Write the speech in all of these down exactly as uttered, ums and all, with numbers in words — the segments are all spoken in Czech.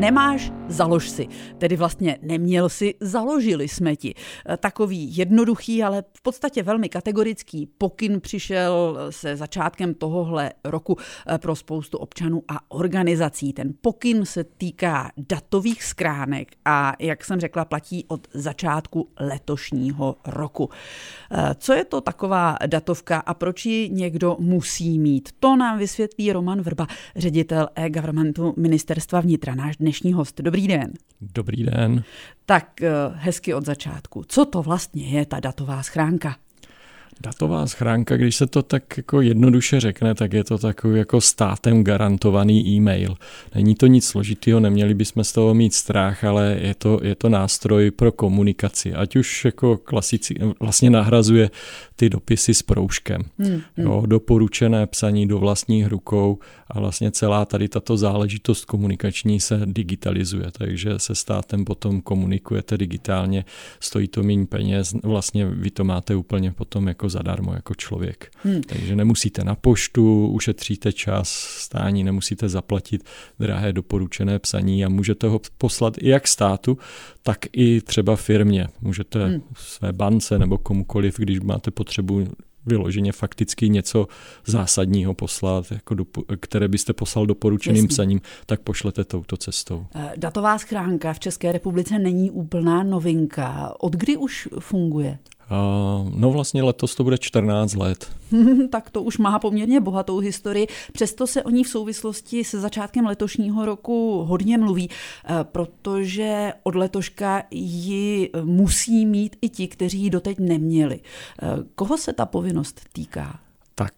Nemáš, založ si. Tedy vlastně neměl si, založili jsme ti. Takový jednoduchý, ale v podstatě velmi kategorický pokyn přišel se začátkem tohohle roku pro spoustu občanů a organizací. Ten pokyn se týká datových schránek a, jak jsem řekla, platí od začátku letošního roku. Co je to taková datovka a proč ji někdo musí mít? To nám vysvětlí Roman Vrba, ředitel e-governmentu Ministerstva vnitra, náš dnešní host. Dobrý den. Dobrý den. Tak hezky od začátku. Co to vlastně je ta datová schránka? Datová schránka, když se to tak jako jednoduše řekne, tak je to takový jako státem garantovaný e-mail. Není to nic složitého, neměli bychom z toho mít strach, ale je to, je to nástroj pro komunikaci. Ať už jako klasici, vlastně nahrazuje ty dopisy s proužkem. Hmm, hmm. Jo, doporučené psaní do vlastních rukou a vlastně celá tady tato záležitost komunikační se digitalizuje, takže se státem potom komunikujete digitálně, stojí to méně peněz, vlastně vy to máte úplně potom jako zadarmo, jako člověk. Hmm. Takže nemusíte na poštu, ušetříte čas stání, nemusíte zaplatit drahé doporučené psaní a můžete ho poslat i jak státu, tak i třeba firmě. Můžete hmm. své bance nebo komukoliv, když máte potřebu vyloženě fakticky něco zásadního poslat, jako do, které byste poslal doporučeným Jasný. psaním, tak pošlete touto cestou. Datová schránka v České republice není úplná novinka. Od kdy už funguje? Uh, no vlastně letos to bude čtrnáct let. Tak to už má poměrně bohatou historii. Přesto se o ní v souvislosti se začátkem letošního roku hodně mluví, protože od letoška ji musí mít i ti, kteří ji doteď neměli. Koho se ta povinnost týká? Tak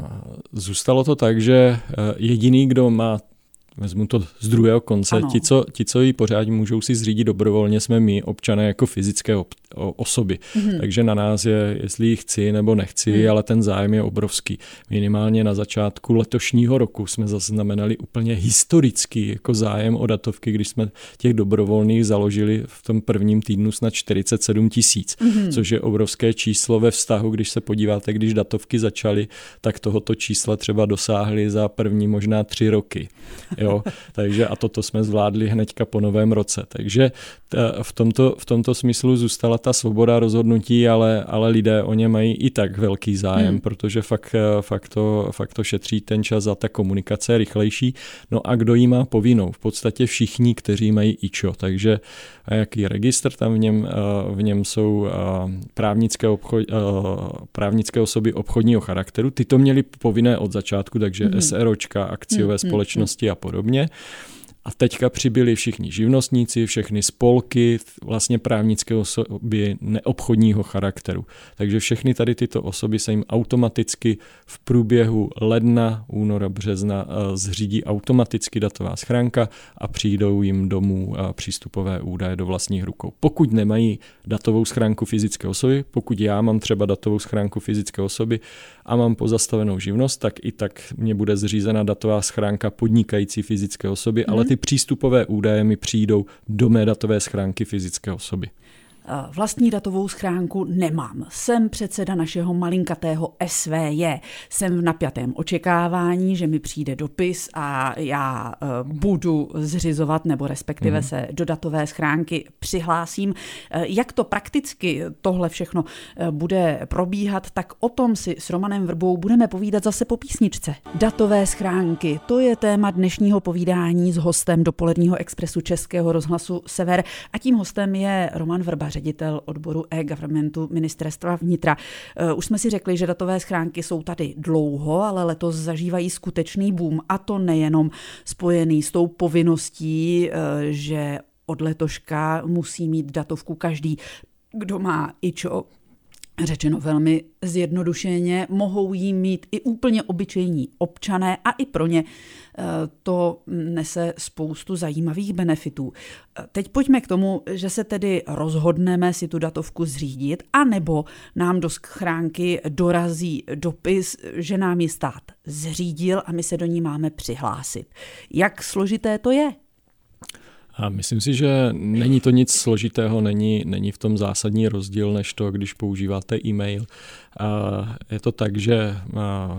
zůstalo to tak, že jediný, kdo má, vezmu to z druhého konce, ti co, ti, co ji pořád můžou si zřídit dobrovolně, jsme my, občané jako fyzické ob, o, osoby. Mm. Takže na nás je, jestli ji chci nebo nechci, mm. ale ten zájem je obrovský. Minimálně na začátku letošního roku jsme zaznamenali úplně historický jako zájem o datovky, když jsme těch dobrovolných založili v tom prvním týdnu snad čtyřicet sedm tisíc, mm. což je obrovské číslo ve vztahu, když se podíváte, když datovky začaly, tak tohoto čísla třeba dosáhly za první možná tři roky. Jo, takže a toto jsme zvládli hnedka po novém roce. Takže t- v, tomto, v tomto smyslu zůstala ta svoboda rozhodnutí, ale, ale lidé o ně mají i tak velký zájem, hmm. protože fakt, fakt, to, fakt to šetří ten čas a ta komunikace je rychlejší. No a kdo jí má povinnou? V podstatě všichni, kteří mají ičo. Takže jaký registr, tam v něm, v něm jsou právnické, obchod, právnické osoby obchodního charakteru. Ty to měly povinné od začátku, takže hmm. SROčka, akciové hmm. společnosti a podobně. A teďka přibyli všichni živnostníci, všechny spolky, vlastně právnické osoby neobchodního charakteru. Takže všechny tady tyto osoby se jim automaticky v průběhu ledna, února, března zřídí automaticky datová schránka a přijdou jim domů přístupové údaje do vlastních rukou. Pokud nemají datovou schránku fyzické osoby, pokud já mám třeba datovou schránku fyzické osoby a mám pozastavenou živnost, tak i tak mě bude zřízena datová schránka podnikající fyzické osoby, mm. ale ty přístupové údaje mi přijdou do mé datové schránky fyzické osoby. Vlastní datovou schránku nemám. Jsem předseda našeho malinkatého S V J. Jsem v napjatém očekávání, že mi přijde dopis a já budu zřizovat nebo respektive mm. se do datové schránky přihlásím. Jak to prakticky tohle všechno bude probíhat, tak o tom si s Romanem Vrbou budeme povídat zase po písničce. Datové schránky, to je téma dnešního povídání s hostem dopoledního expresu Českého rozhlasu Sever a tím hostem je Roman Vrba, ředitel odboru e-governmentu Ministerstva vnitra. Už jsme si řekli, že datové schránky jsou tady dlouho, ale letos zažívají skutečný boom a to nejenom spojený s tou povinností, že od letoška musí mít datovku každý, kdo má ičo. Řečeno velmi zjednodušeně, mohou jí mít i úplně obyčejní občané a i pro ně to nese spoustu zajímavých benefitů. Teď pojďme k tomu, že se tedy rozhodneme si tu datovku zřídit, anebo nám do schránky dorazí dopis, že nám ji stát zřídil a my se do ní máme přihlásit. Jak složité to je? A myslím si, že není to nic složitého, není, není v tom zásadní rozdíl, než to, když používáte e-mail. A je to tak, že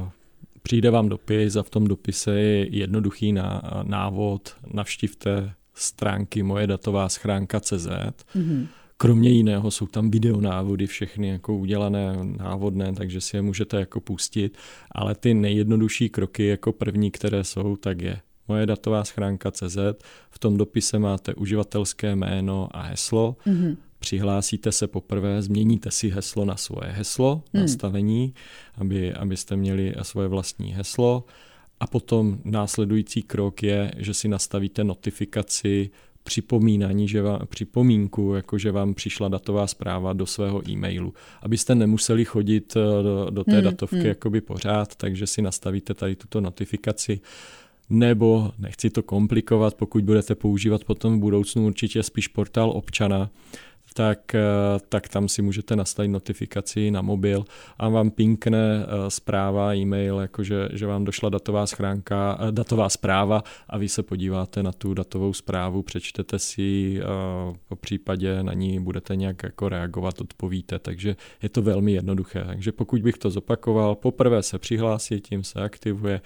přijde vám dopis a v tom dopise je jednoduchý návod, navštivte stránky moje datová schránka tečka cé zet. Mm-hmm. Kromě jiného jsou tam videonávody všechny jako udělané, návodné, takže si je můžete jako pustit, ale ty nejjednodušší kroky jako první, které jsou, tak je moje datová schránka tečka cé zet, v tom dopise máte uživatelské jméno a heslo, mm-hmm. přihlásíte se poprvé, změníte si heslo na svoje heslo, mm. nastavení, aby, abyste měli svoje vlastní heslo a potom následující krok je, že si nastavíte notifikaci připomínání, že vám, připomínku, jako že vám přišla datová zpráva do svého e-mailu, abyste nemuseli chodit do, do té hmm, datovky hmm. jakoby pořád, takže si nastavíte tady tuto notifikaci. Nebo, nechci to komplikovat, pokud budete používat potom v budoucnu určitě spíš portál občana, tak, tak tam si můžete nastavit notifikaci na mobil a vám pinkne zpráva, e-mail, jakože že vám došla datová schránka, datová zpráva a vy se podíváte na tu datovou zprávu, přečtete si, po případě na ní budete nějak jako reagovat, odpovíte, takže je to velmi jednoduché. Takže pokud bych to zopakoval, poprvé se přihlásit, tím se aktivuje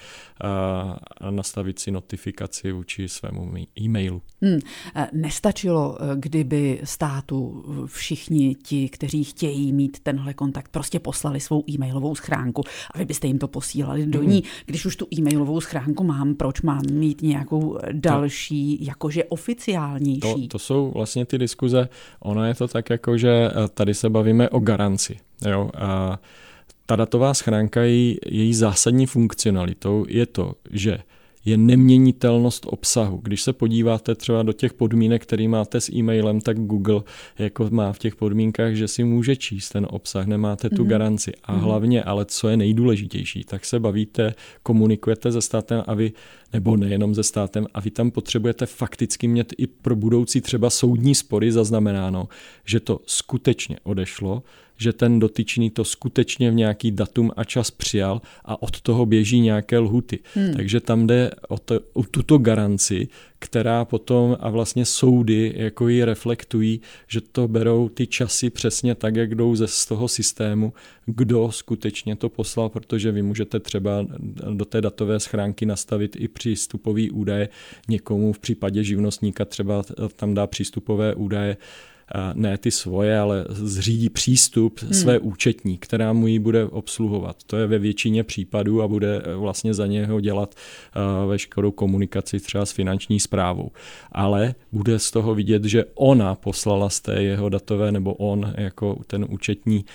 a nastavit si notifikaci vůči svému e-mailu. Hmm. Nestačilo, kdyby státu všichni ti, kteří chtějí mít tenhle kontakt, prostě poslali svou e-mailovou schránku a vy byste jim to posílali do ní. Když už tu e-mailovou schránku mám, proč mám mít nějakou další, to, jakože oficiálnější? To, to jsou vlastně ty diskuze. Ono je to tak, jako že tady se bavíme o garanci. Jo? A ta datová schránka, její, její zásadní funkcionalitou je to, že je neměnitelnost obsahu. Když se podíváte třeba do těch podmínek, který máte s e-mailem, tak Google jako má v těch podmínkách, že si může číst ten obsah, nemáte tu mm-hmm. garanci. A hlavně, ale co je nejdůležitější, tak se bavíte, komunikujete se státem a vy, nebo nejenom se státem, a vy tam potřebujete fakticky mít i pro budoucí třeba soudní spory zaznamenáno, že to skutečně odešlo, že ten dotyčný to skutečně v nějaký datum a čas přijal a od toho běží nějaké lhuty. Hmm. Takže tam jde o, to, o tuto garanci, která potom a vlastně soudy jako ji reflektují, že to berou ty časy přesně tak, jak jdou ze z toho systému, kdo skutečně to poslal, protože vy můžete třeba do té datové schránky nastavit i přístupový údaje někomu, v případě živnostníka třeba tam dá přístupové údaje, ne ty svoje, ale zřídí přístup hmm. své účetní, která mu ji bude obsluhovat. To je ve většině případů a bude vlastně za něho dělat uh, veškerou komunikaci třeba s finanční správou. Ale bude z toho vidět, že ona poslala z té jeho datové, nebo on jako ten účetní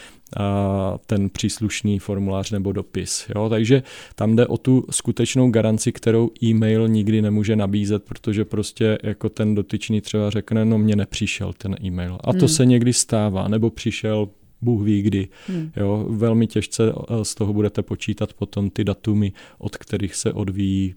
a ten příslušný formulář nebo dopis. Jo? Takže tam jde o tu skutečnou garanci, kterou e-mail nikdy nemůže nabízet, protože prostě jako ten dotyčný třeba řekne, no mně nepřišel ten e-mail. A to hmm. se někdy stává, nebo přišel Bůh ví kdy. Hmm. Jo? Velmi těžce z toho budete počítat potom ty datumy, od kterých se odvíjí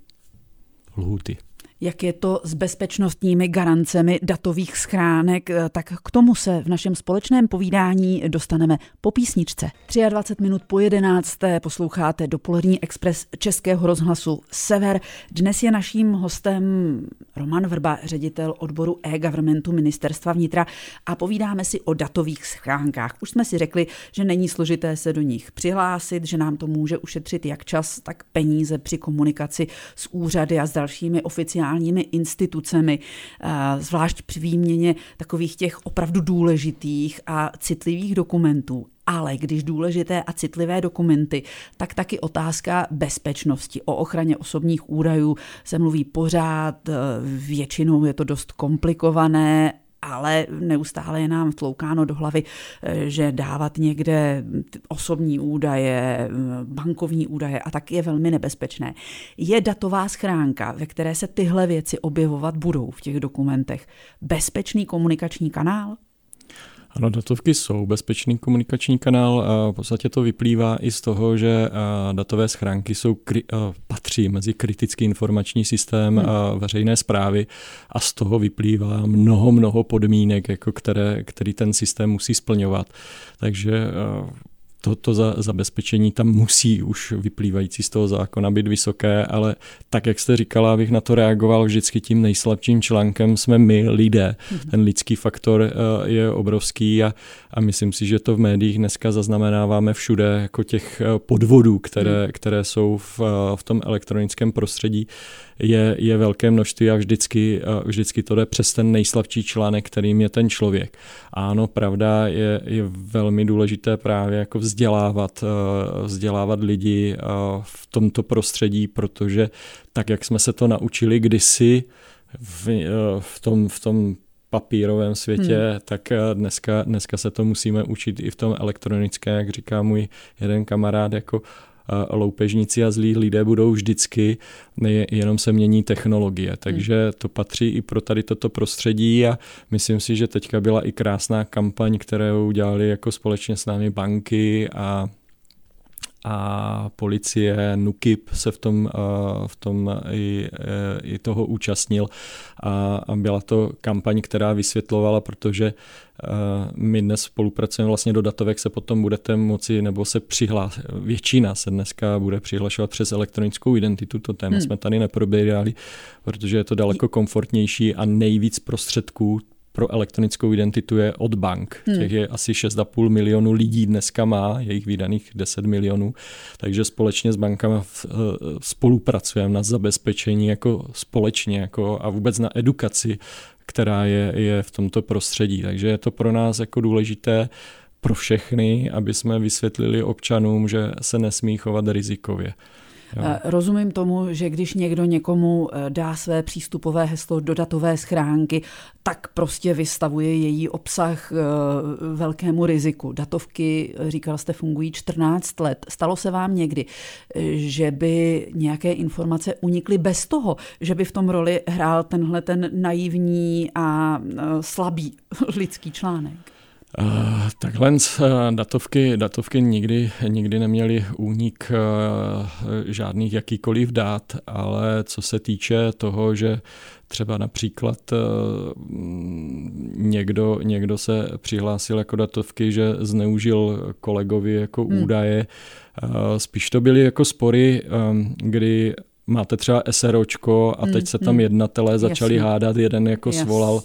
lhůty. Jak je to s bezpečnostními garancemi datových schránek, tak k tomu se v našem společném povídání dostaneme po písničce. dvacet tři minut po jedenácté posloucháte dopolední Express Českého rozhlasu Sever. Dnes je naším hostem Roman Vrba, ředitel odboru e-governmentu Ministerstva vnitra a povídáme si o datových schránkách. Už jsme si řekli, že není složité se do nich přihlásit, že nám to může ušetřit jak čas, tak peníze při komunikaci s úřady a s dalšími oficiálními institucemi, zvlášť při výměně takových těch opravdu důležitých a citlivých dokumentů. Ale když důležité a citlivé dokumenty, tak taky otázka bezpečnosti. O ochraně osobních údajů se mluví pořád, většinou je to dost komplikované, ale neustále je nám vtloukáno do hlavy, že dávat někde osobní údaje, bankovní údaje a tak je velmi nebezpečné. Je datová schránka, ve které se tyhle věci objevovat budou v těch dokumentech, bezpečný komunikační kanál? Ano, datovky jsou bezpečný komunikační kanál a v podstatě to vyplývá i z toho, že datové schránky jsou, patří mezi kritický informační systém hmm. veřejné správy a z toho vyplývá mnoho, mnoho podmínek, jako které, který ten systém musí splňovat. Takže toto za, zabezpečení tam musí už vyplývající z toho zákona být vysoké, ale tak, jak jste říkala, abych na to reagoval vždycky tím nejslabším článkem, jsme my, lidé. Mm-hmm. Ten lidský faktor uh, je obrovský a, a myslím si, že to v médiích dneska zaznamenáváme všude jako těch podvodů, které, mm. které jsou v, v tom elektronickém prostředí. je, je velké množství a vždycky, vždycky to jde přes ten nejslabší článek, kterým je ten člověk. A ano, pravda, je, je velmi důležité právě jako vzdělávat, vzdělávat lidi v tomto prostředí, protože tak, jak jsme se to naučili kdysi v, v tom, v tom papírovém světě, hmm. tak dneska, dneska se to musíme učit i v tom elektronickém, jak říká můj jeden kamarád, jako loupežníci a zlí lidé budou vždycky, jenom se mění technologie. Takže to patří i pro tady toto prostředí a myslím si, že teďka byla i krásná kampaň, kterou udělali jako společně s námi banky a a policie, NÚKIB se v tom, v tom i, i toho účastnil a, a byla to kampaň, která vysvětlovala, protože my dnes spolupracujeme vlastně do datovek, se potom budete moci, nebo se přihlás, většina se dneska bude přihlašovat přes elektronickou identitu, to téma hmm. jsme tady neprobírali, protože je to daleko komfortnější a nejvíc prostředků pro elektronickou identitu je od bank. Hmm. Těch je asi šest a půl milionu lidí dneska má, je jich vydaných deset milionů, takže společně s bankama spolupracujeme na zabezpečení jako společně jako a vůbec na edukaci, která je, je v tomto prostředí. Takže je to pro nás jako důležité pro všechny, aby jsme vysvětlili občanům, že se nesmí chovat rizikově. Jo. Rozumím tomu, že když někdo někomu dá své přístupové heslo do datové schránky, tak prostě vystavuje její obsah velkému riziku. Datovky, říkal jste, fungují čtrnáct let. Stalo se vám někdy, že by nějaké informace unikly bez toho, že by v tom roli hrál tenhle ten naivní a slabý lidský článek? Uh, takhle uh, datovky, datovky nikdy, nikdy neměly únik uh, žádných jakýkoliv dat, ale co se týče toho, že třeba například uh, někdo, někdo se přihlásil jako datovky, že zneužil kolegovi jako hmm. údaje, uh, spíš to byly jako spory, um, kdy máte třeba SROčko a teď se tam jednatelé začali Jasný. hádat, jeden jako Jasný. svolal,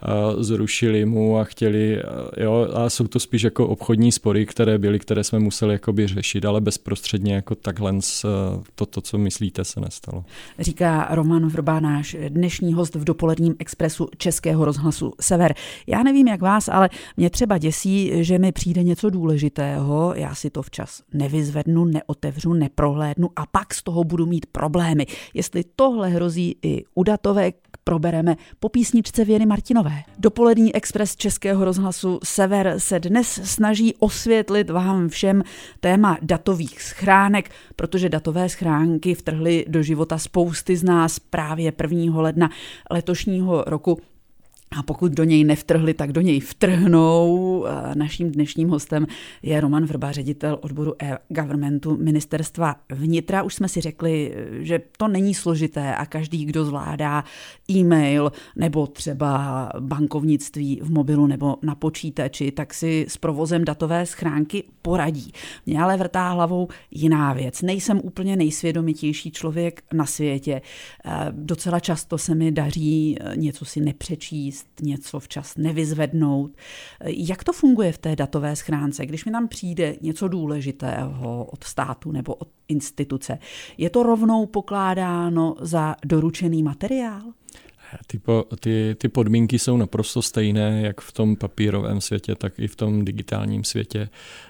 zrušili mu a chtěli, jo, a jsou to spíš jako obchodní spory, které byly, které jsme museli jakoby řešit, ale bezprostředně jako takhle to, to, co myslíte, se nestalo. Říká Roman Vrba, náš dnešní host v dopoledním expresu Českého rozhlasu Sever. Já nevím, jak vás, ale mě třeba děsí, že mi přijde něco důležitého, já si to včas nevyzvednu, neotevřu, neprohlédnu a pak z toho budu mít problém. Jestli tohle hrozí i u datovek, probereme po písničce Věry Martinové. Dopolední expres Českého rozhlasu Sever se dnes snaží osvětlit vám všem téma datových schránek, protože datové schránky vtrhly do života spousty z nás právě prvního ledna letošního roku. A pokud do něj nevtrhli, tak do něj vtrhnou. Naším dnešním hostem je Roman Vrba, ředitel odboru e-governmentu Ministerstva vnitra. Už jsme si řekli, že to není složité a každý, kdo zvládá e-mail nebo třeba bankovnictví v mobilu nebo na počítači, tak si s provozem datové schránky poradí. Mě ale vrtá hlavou jiná věc. Nejsem úplně nejsvědomitější člověk na světě. Docela často se mi daří něco si nepřečíst, něco včas nevyzvednout. Jak to funguje v té datové schránce, když mi tam přijde něco důležitého od státu nebo od instituce? Je to rovnou pokládáno za doručený materiál? Ty, po, ty, ty podmínky jsou naprosto stejné, jak v tom papírovém světě, tak i v tom digitálním světě.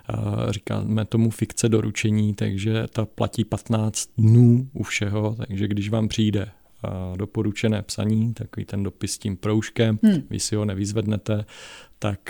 Říkáme tomu fikce doručení, takže ta platí patnáct dnů u všeho, takže když vám přijde doporučené psaní, takový ten dopis s tím proužkem, hmm. vy si ho nevyzvednete, tak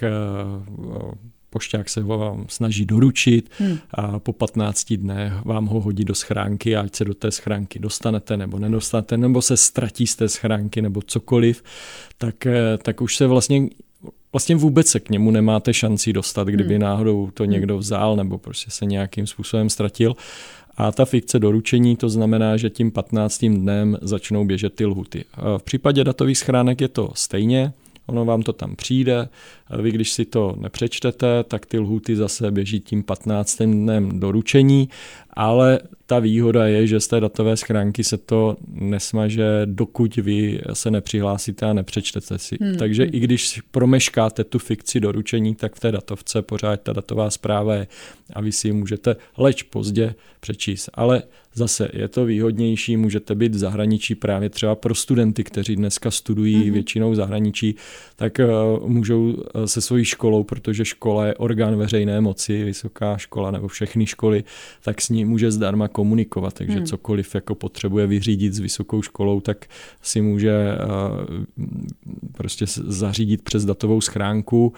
pošťák se ho vám snaží doručit hmm. a po patnácti dnech vám ho hodí do schránky a ať se do té schránky dostanete nebo nedostanete, nebo se ztratí z té schránky nebo cokoliv, tak, tak už se vlastně Vlastně vůbec se k němu nemáte šanci dostat, kdyby hmm. náhodou to někdo vzal nebo prostě se nějakým způsobem ztratil. A ta fikce doručení, to znamená, že tím patnáctým dnem začnou běžet ty lhuty. V případě datových schránek je to stejně, ono vám to tam přijde, Vy, když si to nepřečtete, tak ty lhůty zase běží tím patnáctým dnem doručení, ale ta výhoda je, že z té datové schránky se to nesmaže, dokud vy se nepřihlásíte a nepřečtete si. Hmm. Takže i když promeškáte tu fikci doručení, tak v té datovce pořád ta datová zpráva je a vy si ji můžete leč pozdě přečíst. Ale zase je to výhodnější, můžete být v zahraničí právě třeba pro studenty, kteří dneska studují mm-hmm. většinou v zahraničí, tak uh, můžou se svojí školou, protože škola je orgán veřejné moci, vysoká škola nebo všechny školy, tak s ní může zdarma komunikovat, takže mm. cokoliv jako potřebuje vyřídit s vysokou školou, tak si může uh, prostě zařídit přes datovou schránku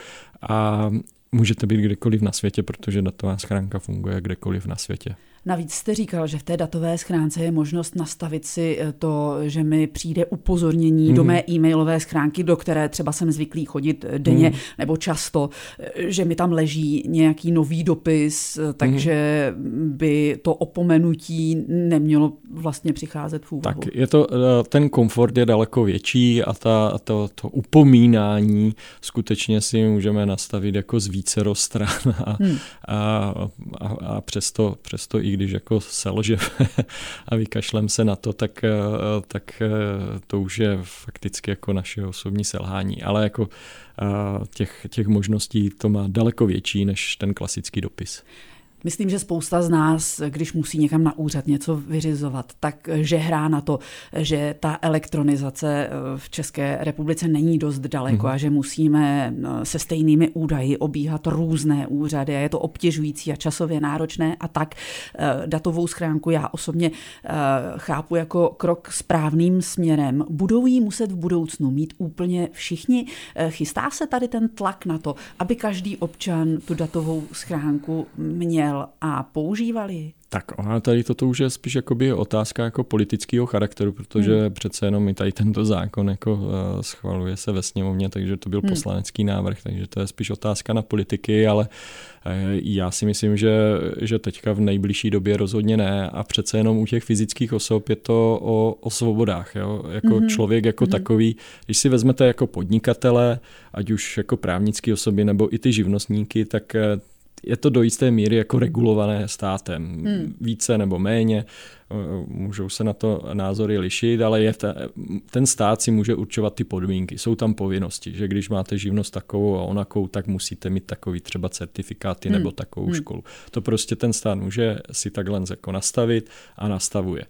a můžete být kdekoliv na světě, protože datová schránka funguje kdekoliv na světě. Navíc jste říkal, že v té datové schránce je možnost nastavit si to, že mi přijde upozornění mm. do mé e-mailové schránky, do které třeba jsem zvyklý chodit denně mm. nebo často, že mi tam leží nějaký nový dopis, takže mm. by to opomenutí nemělo vlastně přicházet v úvahu. Tak je to, ten komfort je daleko větší a ta, to, to upomínání skutečně si můžeme nastavit jako z vícero stran a, mm. a, a, a přesto, přesto i když jako selžeme a vykašlem se na to, tak, tak to už je fakticky jako naše osobní selhání. Ale jako těch, těch možností to má daleko větší než ten klasický dopis. Myslím, že spousta z nás, když musí někam na úřad něco vyřizovat, tak žehrá na to, že ta elektronizace v České republice není dost daleko mm. a že musíme se stejnými údaji obíhat různé úřady a je to obtěžující a časově náročné a tak datovou schránku já osobně chápu jako krok správným směrem. Budou ji muset v budoucnu mít úplně všichni? Chystá se tady ten tlak na to, aby každý občan tu datovou schránku měl a používali? Tak ona tady toto už je spíš jakoby otázka jako politického charakteru, protože hmm. přece jenom i tady tento zákon jako uh, schvaluje se ve sněmovně, takže to byl hmm. poslanecký návrh, takže to je spíš otázka na politiky, ale uh, já si myslím, že, že teďka v nejbližší době rozhodně ne a přece jenom u těch fyzických osob je to o, o svobodách. Jo? Jako hmm. člověk jako hmm. takový, když si vezmete jako podnikatele, ať už jako právnické osoby nebo i ty živnostníky, tak je to do jisté míry jako regulované státem. Hmm. Více nebo méně, můžou se na to názory lišit, ale je ta, ten stát si může určovat ty podmínky. Jsou tam povinnosti, že když máte živnost takovou a onakou, tak musíte mít takový třeba certifikáty hmm. nebo takovou hmm. školu. To prostě ten stát může si takhle jako nastavit a nastavuje.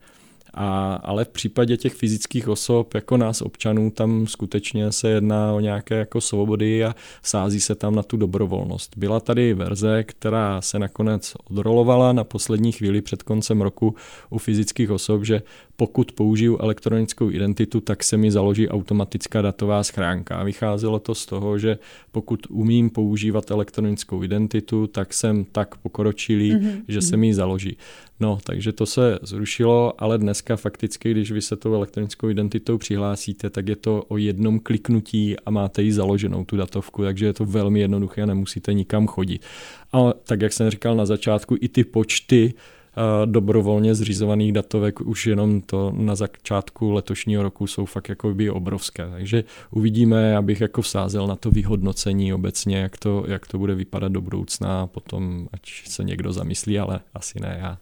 A, ale v případě těch fyzických osob, jako nás občanů, tam skutečně se jedná o nějaké jako svobody a sází se tam na tu dobrovolnost. Byla tady verze, která se nakonec odrolovala na poslední chvíli před koncem roku u fyzických osob, že pokud použiju elektronickou identitu, tak se mi založí automatická datová schránka. A vycházelo to z toho, že pokud umím používat elektronickou identitu, tak jsem tak pokročilý, mm-hmm. že se mi ji založí. No, takže to se zrušilo, ale dneska fakticky, když vy se tou elektronickou identitou přihlásíte, tak je to o jednom kliknutí a máte ji založenou, tu datovku, takže je to velmi jednoduché a nemusíte nikam chodit. Ale tak, jak jsem říkal na začátku, i ty počty dobrovolně zřizovaných datovek už jenom to na začátku letošního roku jsou fakt jako by obrovské. Takže uvidíme, abych jako vsázel na to vyhodnocení obecně, jak to, jak to bude vypadat do budoucna a potom ať se někdo zamyslí, ale asi ne já.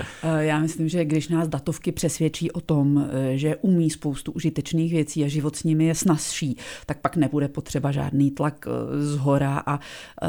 Já myslím, že když nás datovky přesvědčí o tom, že umí spoustu užitečných věcí a život s nimi je snazší, tak pak nebude potřeba žádný tlak zhora a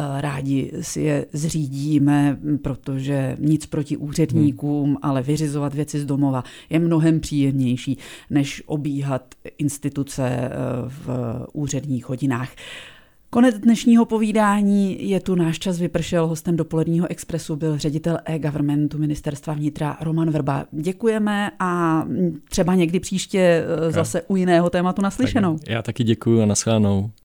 rádi si je zřídíme, protože nic proti úředníkům, hmm. ale vyřizovat věci z domova je mnohem příjemnější, než obíhat instituce v úředních hodinách. Konec dnešního povídání je tu, náš čas vypršel. Hostem Dopoledního expresu byl ředitel e-governmentu Ministerstva vnitra Roman Vrba. Děkujeme a třeba někdy příště zase u jiného tématu naslyšenou. Já taky děkuju a nashledanou.